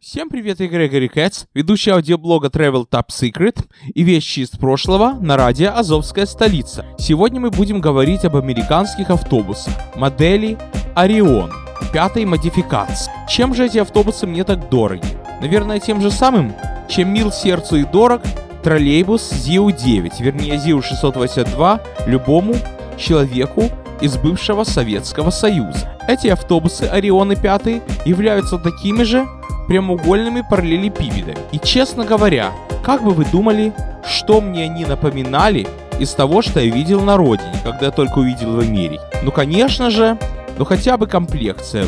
Всем привет, я Грегори Кэтс, ведущий аудиоблога Travel Top Secret и вещи из прошлого на радио «Азовская столица». Сегодня мы будем говорить об американских автобусах модели Orion 5-й модификации. Чем же эти автобусы мне так дороги? Наверное, тем же самым, чем мил сердцу и дорог троллейбус ЗИУ-9, вернее ЗИУ-682 любому человеку из бывшего Советского Союза. Эти автобусы Орионы 5 являются такими же прямоугольными параллелепипедами. И, честно говоря, как бы вы думали, что мне они напоминали из того, что я видел на родине, когда я только увидел в Америке? Ну, конечно же, хотя бы комплекция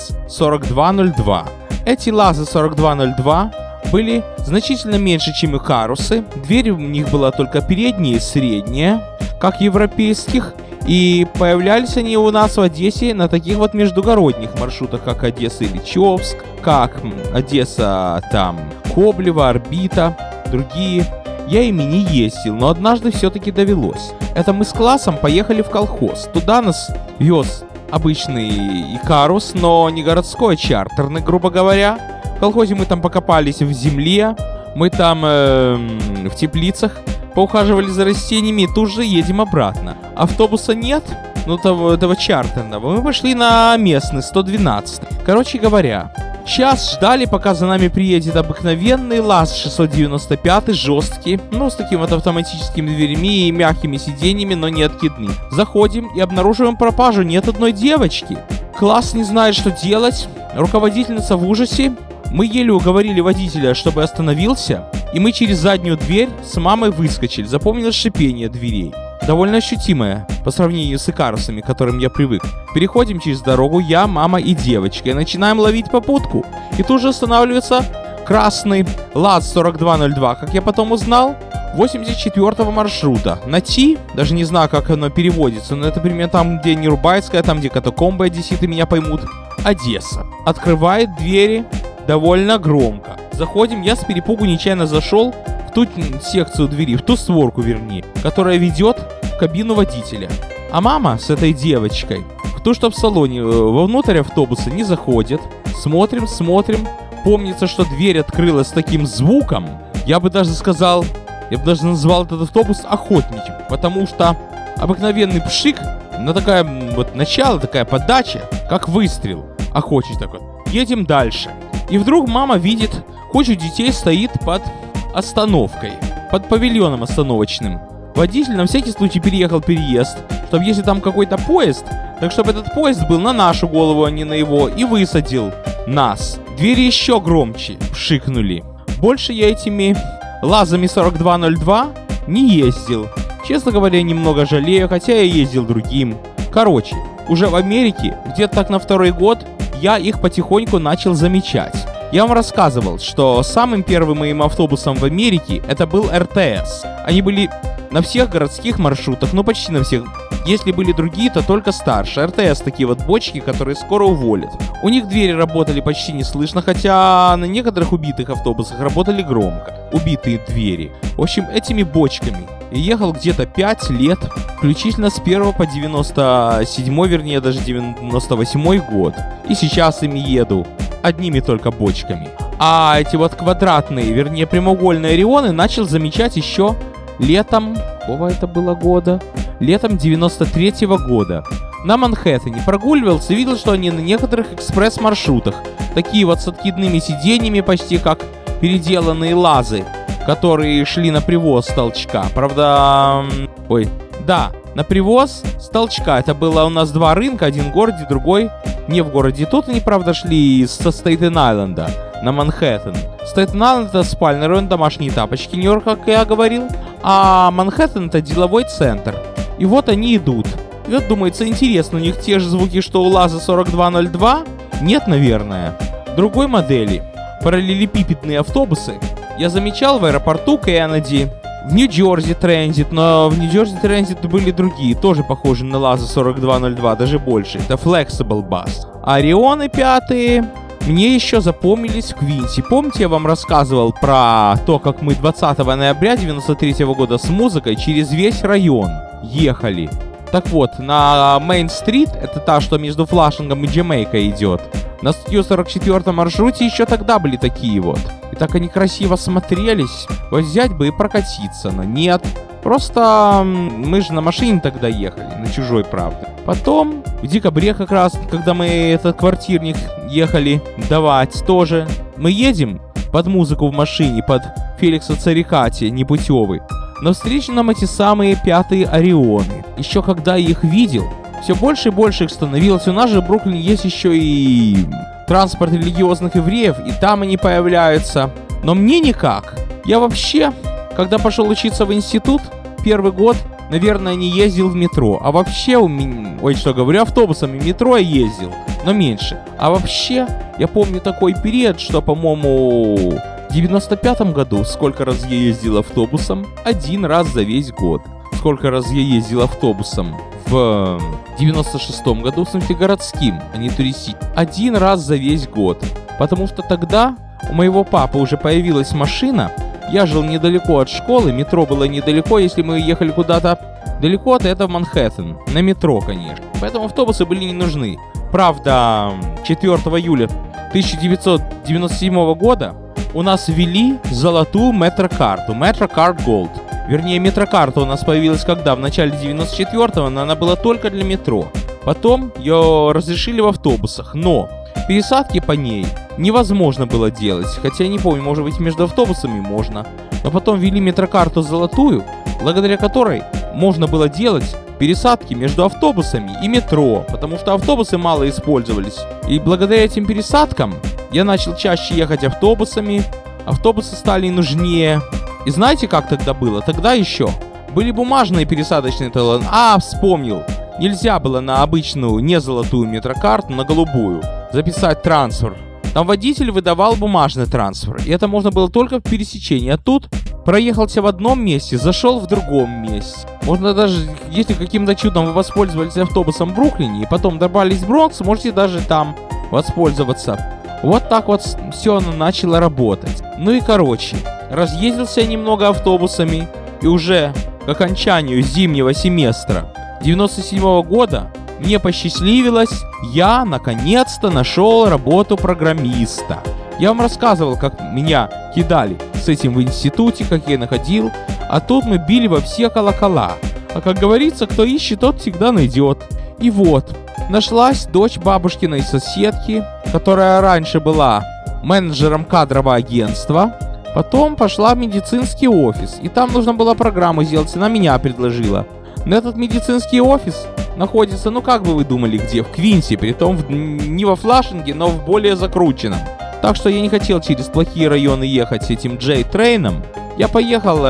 ЛАЗ-4202. Эти ЛАЗы-4202 были значительно меньше, чем Икарусы. Дверь у них была только передняя и средняя, как европейских. И появлялись они у нас в Одессе на таких вот междугородних маршрутах, как Одесса-Ильичевск, как Одесса, Коблево, Орбита, другие. Я ими не ездил, но однажды все-таки довелось. Это мы с классом поехали в колхоз. Туда нас вез обычный Икарус, но не городской, а чартерный, грубо говоря. В колхозе мы там покопались в земле, мы там в теплицах поухаживали за растениями и тут же едем обратно. Автобуса нет, этого чартерного. Мы пошли на местный, 112. Короче говоря, час ждали, пока за нами приедет обыкновенный ЛАЗ-695, жесткий, с таким вот автоматическими дверями и мягкими сиденьями, но не откидными. Заходим и обнаруживаем пропажу, нет одной девочки. Класс не знает, что делать, руководительница в ужасе. Мы еле уговорили водителя, чтобы остановился, и мы через заднюю дверь с мамой выскочили. Запомнилось шипение дверей. Довольно ощутимое по сравнению с Икарусами, к которым я привык. Переходим через дорогу я, мама и девочка, и начинаем ловить попутку. И тут же останавливается красный ЛАЗ-4202, как я потом узнал, 84-го маршрута. На Ти, даже не знаю, как оно переводится, но это примерно там, где Нюрнбергская, там, где катакомбы одесситы меня поймут. Одесса. Открывает двери довольно громко. Заходим, я с перепугу нечаянно зашел в ту секцию двери, в ту створку, вернее, которая ведет в кабину водителя. А мама с этой девочкой в ту, что в салоне, вовнутрь автобуса не заходит. Смотрим. Помнится, что дверь открылась с таким звуком. Я бы даже назвал этот автобус охотничьим, потому что обыкновенный пшик, такая вот начало, такая подача, как выстрел. Охотничий такой. Едем дальше. И вдруг мама видит, куча детей стоит под остановкой, под павильоном остановочным. Водитель на всякий случай переехал переезд, чтобы если там какой-то поезд, так чтобы этот поезд был на нашу голову, а не на его, и высадил нас. Двери еще громче пшикнули. Больше я этими ЛАЗами 4202 не ездил. Честно говоря, немного жалею, хотя я ездил другим. Короче, уже в Америке, где-то так на второй год, я их потихоньку начал замечать. Я вам рассказывал, что самым первым моим автобусом в Америке это был РТС. Они были на всех городских маршрутах, почти на всех. Если были другие, то только старше. РТС такие вот бочки, которые скоро уволят. У них двери работали почти не слышно, хотя на некоторых убитых автобусах работали громко. Убитые двери. В общем, этими бочками я ехал где-то 5 лет, включительно с 1 по 97, вернее даже 98 год. И сейчас ими еду одними только бочками. А эти вот квадратные, вернее прямоугольные Орионы начал замечать еще летом, какого это было года? Летом 93-го года. На Манхэттене прогуливался, видел, что они на некоторых экспресс-маршрутах. Такие вот с откидными сиденьями, почти как переделанные ЛАЗы, которые шли на привоз с толчка. Правда, на привоз с толчка. Это было у нас два рынка, один в городе, другой не в городе. Тут они, правда, шли со Стейтен-Айленда на Манхэттен. Стейтен-Айленд — это спальный район, домашние тапочки, Нью-Йорк, как я говорил. А Манхэттен — это деловой центр. И вот они идут. И вот думается, интересно, у них те же звуки, что у ЛАЗа 4202? Нет, наверное. Другой модели, параллелепипедные автобусы, я замечал в аэропорту Кеннеди, в Нью-Джерси Транзит, но в Нью-Джерси Транзит были другие, тоже похожи на ЛАЗа 4202, даже больше. Это Flexible Bus. Орионы 5 мне еще запомнились в Квинсе. Помните, я вам рассказывал про то, как мы 20 ноября 93 года с музыкой через весь район ехали? Так вот, на Мейн-стрит, это та, что между Флашингом и Джамейкой идет, на 144-м маршруте еще тогда были такие вот. И так они красиво смотрелись. Вот взять бы и прокатиться, но нет. Просто мы же на машине тогда ехали, на чужой, правда. Потом, в декабре как раз, когда мы этот квартирник ехали давать тоже, мы едем под музыку в машине, под Феликса Царикати, непутевый. Навстречу нам эти самые пятые Орионы. Еще когда я их видел, все больше и больше их становилось. У нас же в Бруклине есть еще и транспорт религиозных евреев, и там они появляются. Но мне никак. Я вообще, когда пошел учиться в институт, первый год, наверное, не ездил в метро. А вообще у меня... Ой, что говорю, автобусами в метро я ездил, но меньше. А вообще, я помню такой период, что, по-моему, в 95-м году сколько раз я ездил автобусом? 1 раз за весь год. Сколько раз я ездил автобусом? В 96-м году, в смысле, городским, а не туристическим. 1 раз за весь год. Потому что тогда у моего папы уже появилась машина. Я жил недалеко от школы, метро было недалеко. Если мы ехали куда-то далеко, то это в Манхэттен. На метро, конечно. Поэтому автобусы были не нужны. Правда, 4 июля 1997 года у нас ввели золотую метрокарту. Metrocard Gold. Вернее, метрокарта у нас появилась когда? В начале 94-го, но она была только для метро. Потом ее разрешили в автобусах, но пересадки по ней невозможно было делать. Хотя я не помню, может быть, между автобусами можно. Но потом ввели метрокарту золотую, благодаря которой можно было делать пересадки между автобусами и метро, потому что автобусы мало использовались. И благодаря этим пересадкам я начал чаще ехать автобусами, автобусы стали нужнее. И знаете, как тогда было? Тогда еще были бумажные пересадочные талоны. Вспомнил. Нельзя было на обычную, не золотую метрокарту, на голубую записать трансфер. Там водитель выдавал бумажный трансфер. И это можно было только в пересечении. А тут проехался в одном месте, зашел в другом месте. Можно даже, если каким-то чудом вы воспользовались автобусом в Бруклине и потом добрались в Бронкс, можете даже там воспользоваться. Вот так вот все оно начало работать. Ну и короче, разъездился немного автобусами, и уже к окончанию зимнего семестра 97 года мне посчастливилось, я наконец-то нашел работу программиста. Я вам рассказывал, как меня кидали с этим в институте, как я находил, а тут мы били во все колокола. А как говорится, кто ищет, тот всегда найдет. И вот, нашлась дочь бабушкиной соседки, которая раньше была менеджером кадрового агентства, потом пошла в медицинский офис, и там нужно было программу сделать, она меня предложила. Но этот медицинский офис находится, как бы вы думали, где? В Квинсе, притом не во Флашинге, но в более закрученном. Так что я не хотел через плохие районы ехать с этим J-трейном. Я поехал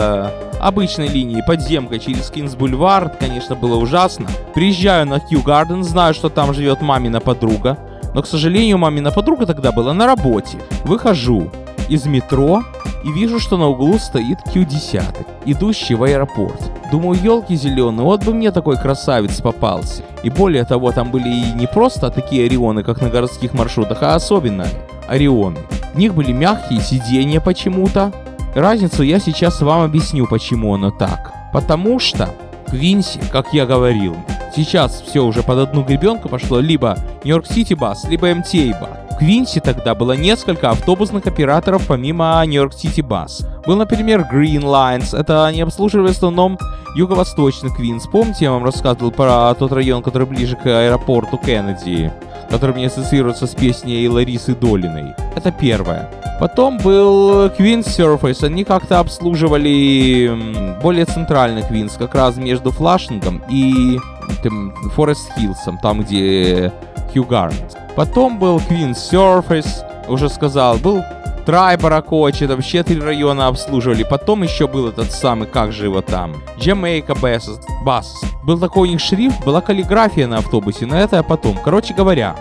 обычной линией подземкой через Кинс-бульвар, конечно, было ужасно. Приезжаю на Кью Гарден, знаю, что там живет мамина подруга, но, к сожалению, мамина подруга тогда была на работе. Выхожу из метро и вижу, что на углу стоит Q10, идущий в аэропорт. Думаю, елки зеленые, вот бы мне такой красавец попался. И более того, там были и не просто такие Орионы, как на городских маршрутах, а особенно Орионы. В них были мягкие сиденья почему-то. Разницу я сейчас вам объясню, почему оно так. Потому что в Квинсе, как я говорил, сейчас все уже под одну гребенку пошло, либо Нью-Йорк Сити Бас, либо MTA Бас. В Квинсе тогда было несколько автобусных операторов помимо Нью-Йорк Сити Бас. Был, например, Green Lines, это они обслуживали в основном юго-восточный Квинс. Помните, я вам рассказывал про тот район, который ближе к аэропорту Кеннеди, который мне ассоциируется с песней Ларисы Долиной. Это первое. Потом был Queen's Surface, они как-то обслуживали более центральный Квинс, как раз между Флашингом и Форест Хиллсом, там где Кью Гарденс. Потом был Queen's Surface, уже сказал, был Трайбаракочи, там вообще 3 района обслуживали. Потом еще был этот самый, как же его там, Jamaica Bus. Был такой у них шрифт, была каллиграфия на автобусе, но это я потом. Короче говоря,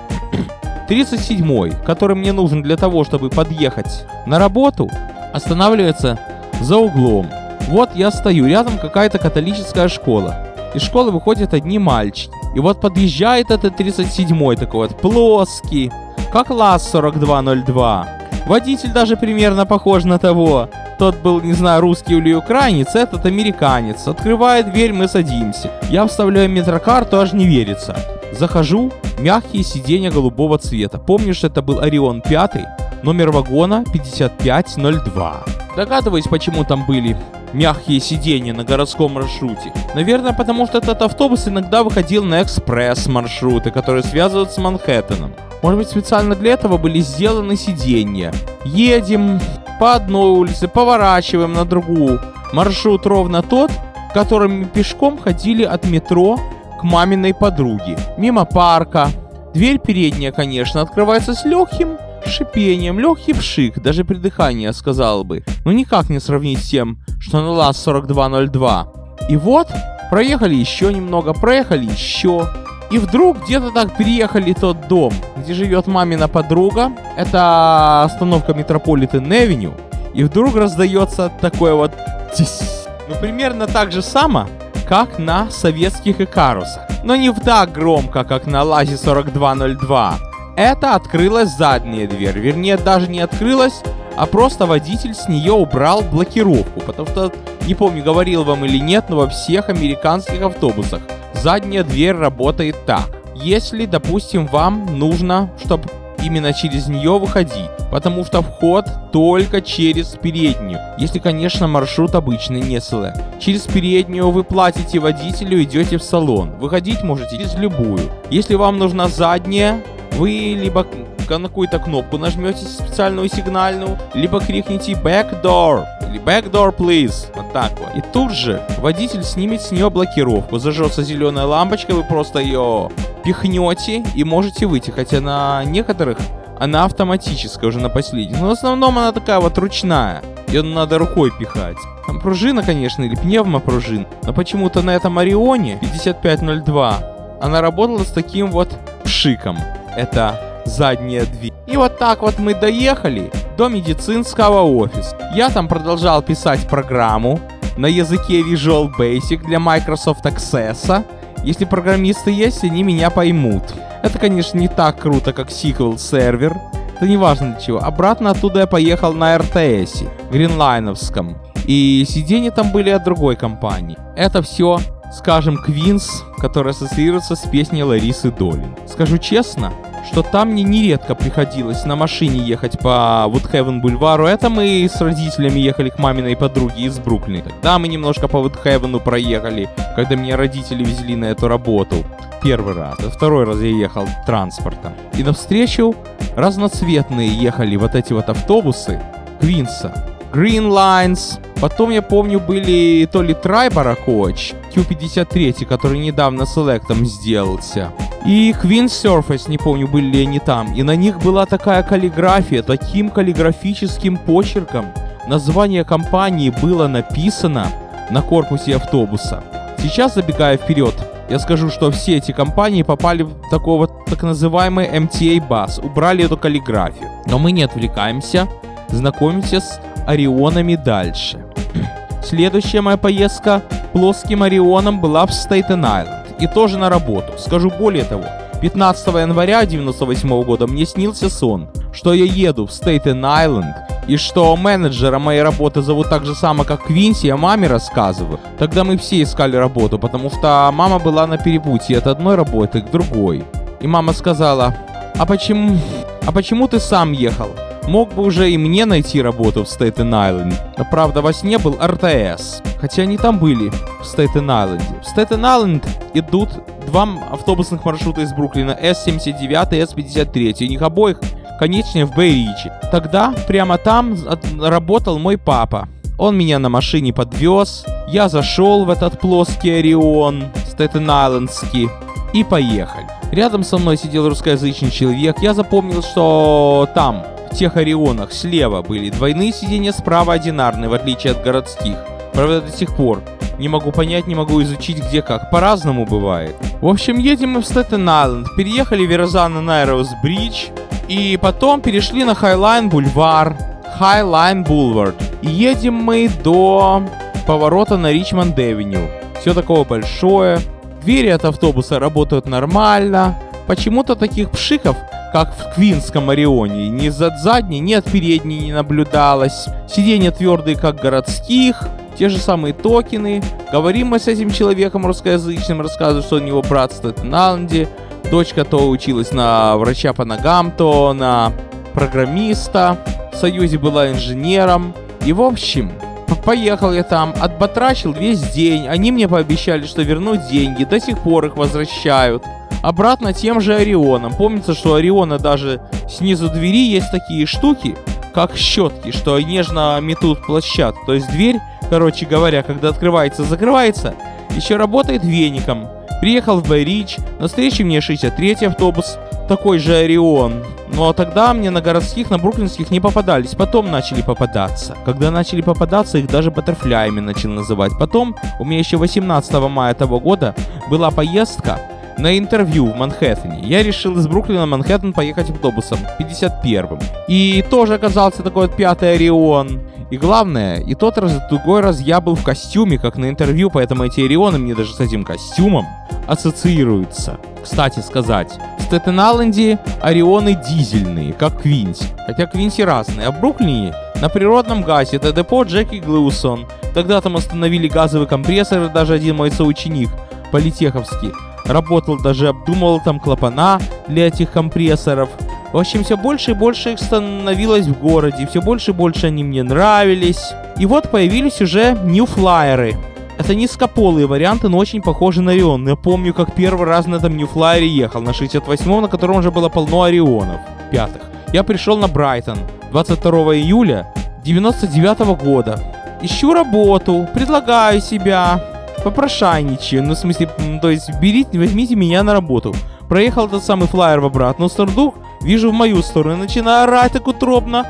37-й, который мне нужен для того, чтобы подъехать на работу, останавливается за углом. Вот я стою, рядом какая-то католическая школа. Из школы выходят одни мальчики. И вот подъезжает этот 37-й такой вот, плоский, как ЛАЗ 4202. Водитель даже примерно похож на того. тот был, не знаю, русский или украинец, этот американец. Открывает дверь, мы садимся. Я вставляю метрокарту, аж не верится. Захожу, мягкие сиденья голубого цвета. Помню, что это был Орион 5, номер вагона 5502. Догадываюсь, почему там были мягкие сиденья на городском маршруте. Наверное, потому что этот автобус иногда выходил на экспресс-маршруты, которые связывают с Манхэттеном. Может быть, специально для этого были сделаны сиденья. Едем по одной улице, поворачиваем на другую. Маршрут ровно тот, которым мы пешком ходили от метро к маминой подруге. Мимо парка. Дверь передняя, конечно, открывается с легким шипением, легкий пшик, даже при дыхании, я сказал бы. Но никак не сравнить с тем, что на ЛАЗ-4202. И вот, проехали еще немного, проехали еще. И вдруг где-то так переехали тот дом, где живет мамина подруга. Это остановка Метрополитен Авеню. И вдруг раздается такое вот тись. Ну, примерно так же само, как на советских Икарусах. Но не так громко, как на ЛАЗе 4202. Это открылась задняя дверь. Вернее, даже не открылась, а просто водитель с нее убрал блокировку. Потому что, не помню, говорил вам или нет, но во всех американских автобусах задняя дверь работает так. Если, допустим, вам нужно, чтобы именно через нее выходить, потому что вход только через переднюю. Если, конечно, маршрут обычный, не селект. Через переднюю вы платите водителю, идете в салон. Выходить можете через любую. Если вам нужна задняя, вы либо на какую-то кнопку нажмете специальную сигнальную, либо крикните back door или back door please. Вот так вот. И тут же водитель снимет с нее блокировку. Зажжется зеленая лампочка, вы просто ее пихнете и можете выйти. Хотя на некоторых она автоматическая, уже на последних. Но в основном она такая вот ручная. Ее надо рукой пихать. Там пружина, конечно, или пневмопружина. Но почему-то на этом Орионе 5502 она работала с таким вот пшиком. Это задняя дверь. И вот так вот мы доехали до медицинского офиса. Я там продолжал писать программу на языке Visual Basic для Microsoft Access. Если программисты есть, они меня поймут. Это, конечно, не так круто, как SQL сервер. Это не важно для чего. Обратно оттуда я поехал на РТС, Гринлайновском. И сиденья там были от другой компании. Это все, скажем, Квинс, который ассоциируется с песней Ларисы Долин. Скажу честно, что там мне нередко приходилось на машине ехать по Вудхевен бульвару. Это мы с родителями ехали к маминой подруге из Бруклина. Тогда мы немножко по Вудхевену проехали, когда меня родители везли на эту работу. Первый раз. А второй раз я ехал транспортом. И навстречу разноцветные ехали вот эти вот автобусы Квинса. Green Lines. Потом, я помню, были то ли Трайбора Коч, Q53, который недавно селектом сделался. И Queen's Surface, не помню, были ли они там. И на них была такая каллиграфия, таким каллиграфическим почерком. Название компании было написано на корпусе автобуса. Сейчас, забегая вперед, я скажу, что все эти компании попали в такой вот так называемый MTA Bus. Убрали эту каллиграфию. Но мы не отвлекаемся, знакомимся с Орионами дальше. Следующая моя поездка плоским Орионом была в Стейтен-Айленд. И тоже на работу. Скажу более того, 15 января 1998 года мне снился сон, что я еду в Стейтен-Айленд, и что менеджера моей работы зовут так же само, как Квинси, я маме рассказываю. Тогда мы все искали работу, потому что мама была на перепутье от одной работы к другой. И мама сказала: а почему ты сам ехал? Мог бы уже и мне найти работу в Стейтен-Айленде. Но правда, во сне был РТС. Хотя они там были, в Стейтен-Айленде. В Стейтен-Айленд идут два автобусных маршрута из Бруклина, С-79 и С-53. У них обоих конечные в Бэй-Ричи. Тогда прямо там работал мой папа. Он меня на машине подвез. Я зашел в этот плоский Орион, Стейтен-Айлендский, и поехали. Рядом со мной сидел русскоязычный человек. Я запомнил, что там, в тех Орионах, слева были двойные сиденья, справа одинарные, в отличие от городских. Правда, до сих пор не могу понять, не могу изучить, где как. По-разному бывает. В общем, едем мы в Стейтен-Айленд, переехали в Верозано-Найроуз Бридж, и потом перешли на Хайлайн Бульвар, Хайлайн Бульвард. И едем мы до поворота на Ричмонд-Авеню. Все такое большое. Двери от автобуса работают нормально. Почему-то таких пшиков, как в Квинском Орионе, ни от задней, ни от передней не наблюдалось. Сиденья твердые, как городских, те же самые токены. Говорим мы с этим человеком русскоязычным, рассказывает, что у него брат в Стейтен-Айленде, дочка то училась на врача по ногам, то на программиста, в Союзе была инженером. И в общем, поехал я там, отбатрачил весь день, они мне пообещали, что вернут деньги, до сих пор их возвращают. Обратно тем же Орионом. Помнится, что у Ориона даже снизу двери есть такие штуки, как щетки, что нежно метут площадку. То есть дверь, короче говоря, когда открывается, закрывается, еще работает веником. Приехал в Бэй-Ридж, навстречу мне 63-й автобус, такой же Орион. Но тогда мне на городских, на бруклинских не попадались, потом начали попадаться. Когда начали попадаться, их даже баттерфляями начали называть. Потом, у меня еще 18 мая того года была поездка на интервью в Манхэттене. Я решил из Бруклина в Манхэттен поехать автобусом 51-м. И тоже оказался такой вот 5-й Орион. И главное, и тот раз, и другой раз я был в костюме, как на интервью, поэтому эти Орионы мне даже с этим костюмом ассоциируются. Кстати сказать, в Стейтен-Айленде Орионы дизельные, как Квинси. Хотя Квинси разные, а в Бруклине на природном газе это депо Джеки Глусон. Тогда там установили газовый компрессор, даже один мой соученик, политеховский, работал, даже обдумывал там клапана для этих компрессоров. В общем, все больше и больше их становилось в городе, все больше и больше они мне нравились. И вот появились уже New Flyer. Это низкополые варианты, но очень похожи на Орион. Я помню, как первый раз на этом New Flyer ехал, на 68-м, на котором уже было полно Орионов, пятых. Я пришел на Брайтон 22 июля 99-го года. Ищу работу, предлагаю себя, попрошайничаю, ну в смысле, то есть возьмите меня на работу. Проехал этот самый флайер в обратную сторону, вижу в мою сторону, начинаю орать так утробно.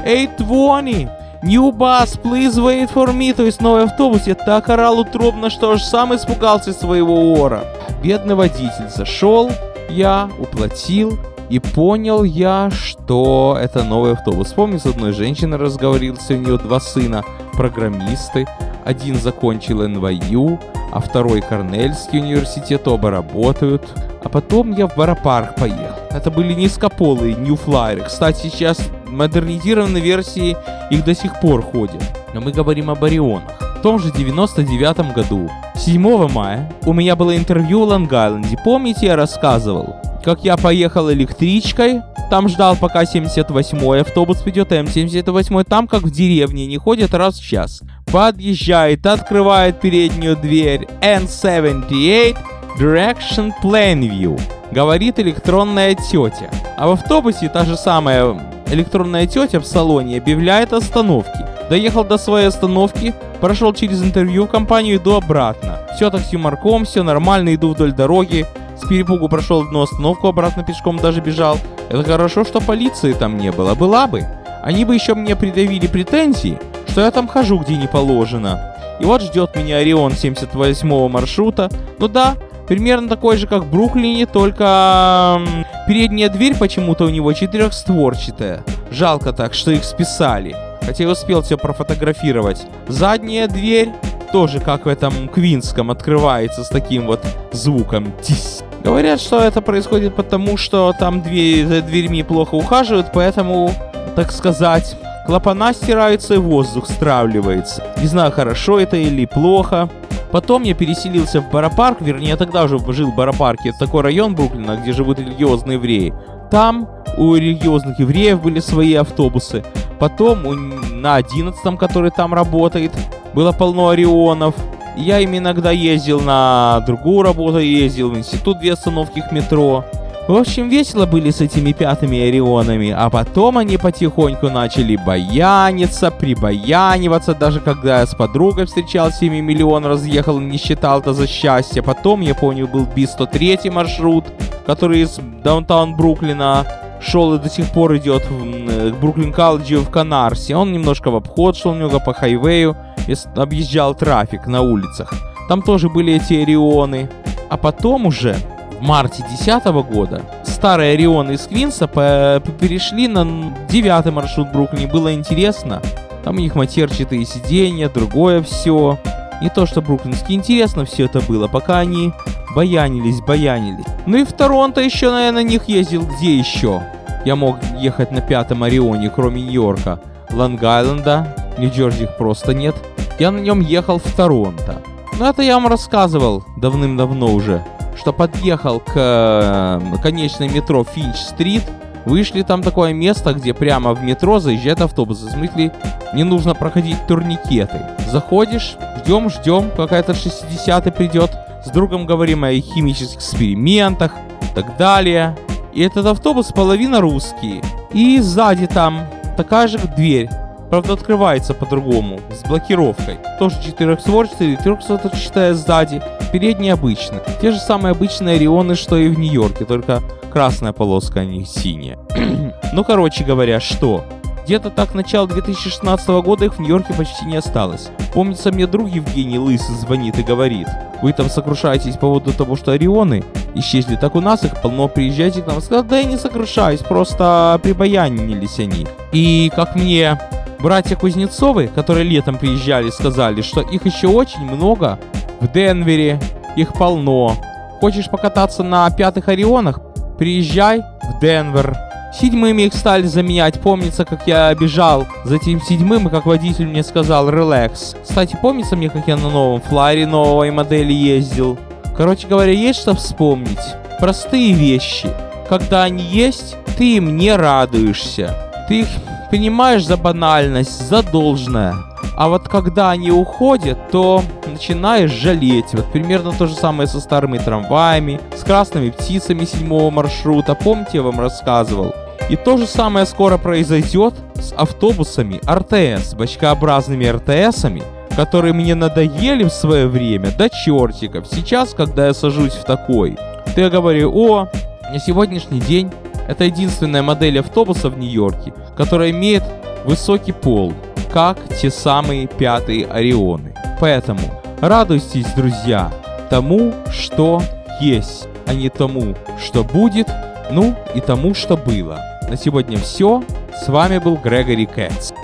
820, new bus, please wait for me, то есть новый автобус. Я так орал утробно, что аж сам испугался своего ора. Бедный водитель зашел, я уплатил, и понял я, что это новый автобус. Помню, с одной женщиной разговорился, у нее 2 сына, программисты. Один закончил НВЮ, а второй Корнельский университет, оба работают. А потом я в Барапарк поехал. Это были низкополые New Flyer. Кстати, сейчас в модернизированной версии их до сих пор ходят. Но мы говорим об Орионах. В том же 99-м году, 7 мая, у меня было интервью в Лонг-Айленде. Помните, я рассказывал, как я поехал электричкой, там ждал, пока 78-й автобус придет, а М78 там, как в деревне, не ходит раз в час. Подъезжает, открывает переднюю дверь, N78, Direction Plainview, говорит электронная тетя. А в автобусе та же самая электронная тетя в салоне объявляет остановки. Доехал до своей остановки, прошел через интервью в компанию, иду обратно. Все так с юморком, все нормально, иду вдоль дороги. С перепугу прошел одну остановку, обратно пешком даже бежал. Это хорошо, что полиции там не было. Была бы, они бы еще мне предъявили претензии, что я там хожу, где не положено. И вот ждет меня Орион 78-го маршрута. Ну да, примерно такой же, как в Бруклине, только передняя дверь почему-то у него 4-створчатая. Жалко так, что их списали. Хотя я успел все профотографировать. Задняя дверь тоже, как в этом Квинском, открывается с таким вот звуком. Тись. Говорят, что это происходит потому, что там за дверьми плохо ухаживают, поэтому, так сказать, клапана стираются и воздух стравливается. Не знаю, хорошо это или плохо. Потом я переселился в Барапарк, вернее, я тогда уже жил в Барапарке. Это такой район Бруклина, где живут религиозные евреи. Там у религиозных евреев были свои автобусы. Потом на 11-м, который там работает, было полно Орионов. Я им иногда ездил на другую работу, ездил в институт, 2 остановки к метро. В общем, весело были с этими 5-ми Орионами, а потом они потихоньку начали баяниться, прибаяниваться, даже когда я с подругой встречался, 7 миллион разъехал и не считал это за счастье. Потом, я помню, был B103 маршрут, который из даунтаун Бруклина шел и до сих пор идет к Бруклин-колледжу в Канарсе. Он немножко в обход шел, немного по хайвею, и объезжал трафик на улицах. Там тоже были эти Орионы. А потом уже в марте 2010 года старые Орионы из Квинса перешли на 9-й маршрут Бруклина. Было интересно. Там у них матерчатые сиденья, другое все. Не то что бруклинские. Интересно все это было, пока они Баянились. Ну и в Торонто еще, наверное, на них ездил. Где еще я мог ехать на 5-м Орионе, кроме Нью-Йорка? Лонг-Айленда, Нью-Джерси их просто нет. Я на нем ехал в Торонто. Но это я вам рассказывал давным-давно уже, что подъехал к конечной метро Финч-стрит. Вышли, там такое место, где прямо в метро заезжает автобус. В смысле, не нужно проходить турникеты. Заходишь, ждем, какая-то 60-й придет. С другом говорим о химических экспериментах и так далее. И этот автобус половина русские. И сзади там такая же дверь. Правда, открывается по-другому, с блокировкой. Тоже 4-створчатый или 3-створчатая сзади. Передний обычно. Те же самые обычные Орионы, что и в Нью-Йорке, только красная полоска, а не синяя. Ну, короче говоря, что? Где-то так начало 2016 года их в Нью-Йорке почти не осталось. Помнится, мне друг Евгений Лысый звонит и говорит: вы там сокрушаетесь по поводу того, что Орионы исчезли, так у нас их полно, приезжайте к нам. Сказал: да я не сокрушаюсь, просто прибаянились они. И как мне братья Кузнецовы, которые летом приезжали, сказали, что их еще очень много в Денвере, их полно. Хочешь покататься на 5-х Орионах? Приезжай в Денвер. 7-ми их стали заменять. Помнится, как я бежал за этим 7-м, и как водитель мне сказал: релакс. Кстати, помнится мне, как я на новом флайере новой модели ездил. Короче говоря, есть что вспомнить. Простые вещи. Когда они есть, ты им не радуешься. Ты их принимаешь за банальность, за должное. А вот когда они уходят, то начинаешь жалеть. Вот примерно то же самое со старыми трамваями, с красными птицами 7-го маршрута. Помните, я вам рассказывал? И то же самое скоро произойдет с автобусами РТС, бочкообразными РТСами, которые мне надоели в свое время до чертиков. Сейчас, когда я сажусь в такой, то я говорю: о, на сегодняшний день это единственная модель автобуса в Нью-Йорке, которая имеет высокий пол, как те самые 5-е Орионы. Поэтому радуйтесь, друзья, тому, что есть, а не тому, что будет, ну и тому, что было. На сегодня все. С вами был Грегори Кэтс.